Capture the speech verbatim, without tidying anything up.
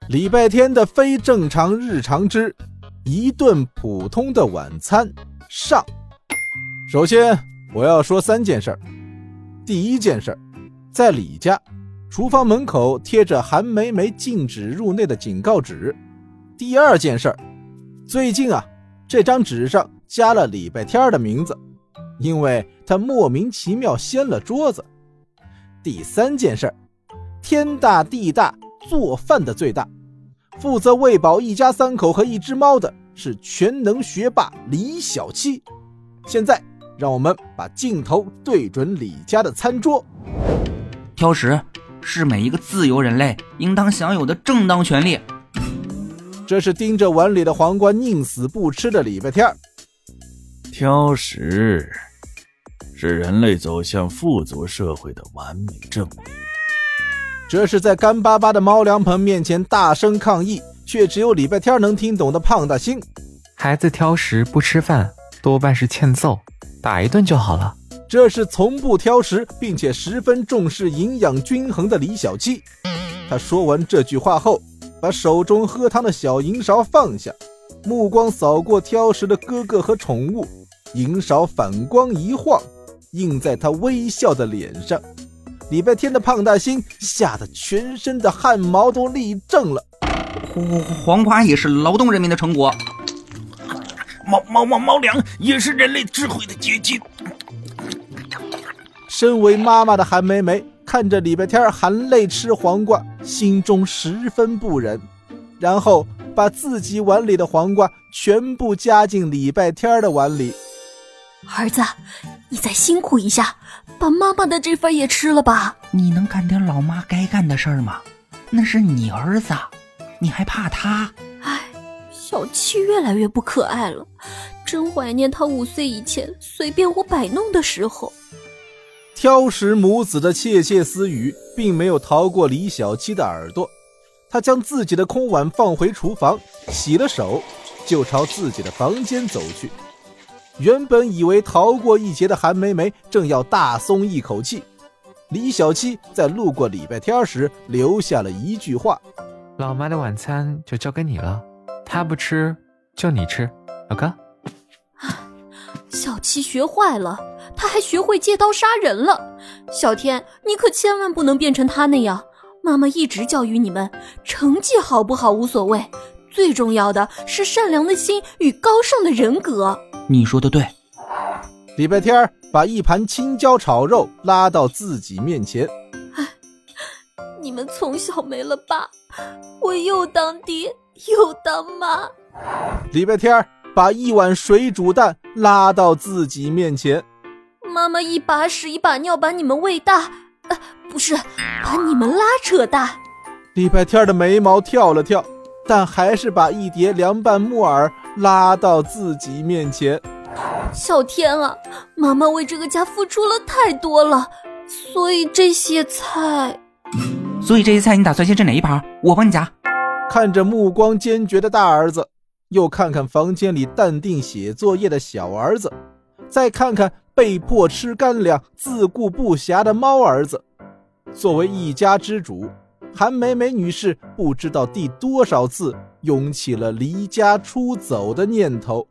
礼拜天的非正常日常之一顿普通的晚餐上。首先我要说三件事儿。第一件事儿，在李家厨房门口贴着韩梅梅禁止入内的警告纸。第二件事儿，最近啊，这张纸上加了礼拜天的名字，因为他莫名其妙掀了桌子。第三件事儿，天大地大，做饭的最大，负责喂饱一家三口和一只猫的是全能学霸李小七。现在让我们把镜头对准李家的餐桌。 挑食是每一个自由人类应当享有的正当权利。 这是盯着碗里的黄瓜宁死不吃的礼拜天。 挑食是人类走向富足社会的完美证明。 这是在干巴巴的猫粮盆面前大声抗议，却只有礼拜天能听懂的胖大星。 孩子挑食不吃饭，多半是欠揍，打一顿就好了。 这是从不挑食并且十分重视营养均衡的李小七。他说完这句话后，把手中喝汤的小银勺放下，目光扫过挑食的哥哥和宠物，银勺反光一晃，映在他微笑的脸上。礼拜天的胖大星吓得全身的汗毛都立正了。 黄瓜也是劳动人民的成果， 猫猫猫猫粮也是人类智慧的结晶。 身为妈妈的韩梅梅看着礼拜天含泪吃黄瓜，心中十分不忍，然后把自己碗里的黄瓜全部加进礼拜天的碗里。 儿子，你再辛苦一下，把妈妈的这份也吃了吧。 你能干点老妈该干的事儿吗？那是你儿子，你还怕他？ 唉，小七越来越不可爱了，真怀念他五岁以前随便我摆弄的时候。 挑食母子的窃窃私语并没有逃过李小七的耳朵，他将自己的空碗放回厨房，洗了手，就朝自己的房间走去。原本以为逃过一劫的韩梅梅正要大松一口气，李小七在路过礼拜天时留下了一句话： 老妈的晚餐就交给你了，她不吃就你吃，老哥。 小七学坏了，他还学会借刀杀人了。小天，你可千万不能变成他那样。妈妈一直教育你们，成绩好不好无所谓，最重要的是善良的心与高尚的人格。 你说的对。 礼拜天把一盘青椒炒肉拉到自己面前。 唉，你们从小没了爸，我又当爹又当妈。 礼拜天把一碗水煮蛋拉到自己面前。 妈妈一把屎一把尿把你们喂大，呃，不是，把你们拉扯大。 礼拜天的眉毛跳了跳，但还是把一碟凉拌木耳拉到自己面前。 小天啊，妈妈为这个家付出了太多了，所以这些菜…… 所以这些菜你打算先吃哪一盘？我帮你夹。 看着目光坚决的大儿子，又看看房间里淡定写作业的小儿子，再看看被迫吃干粮自顾不暇的猫儿子。作为一家之主，韩梅梅女士不知道第多少次涌起了离家出走的念头。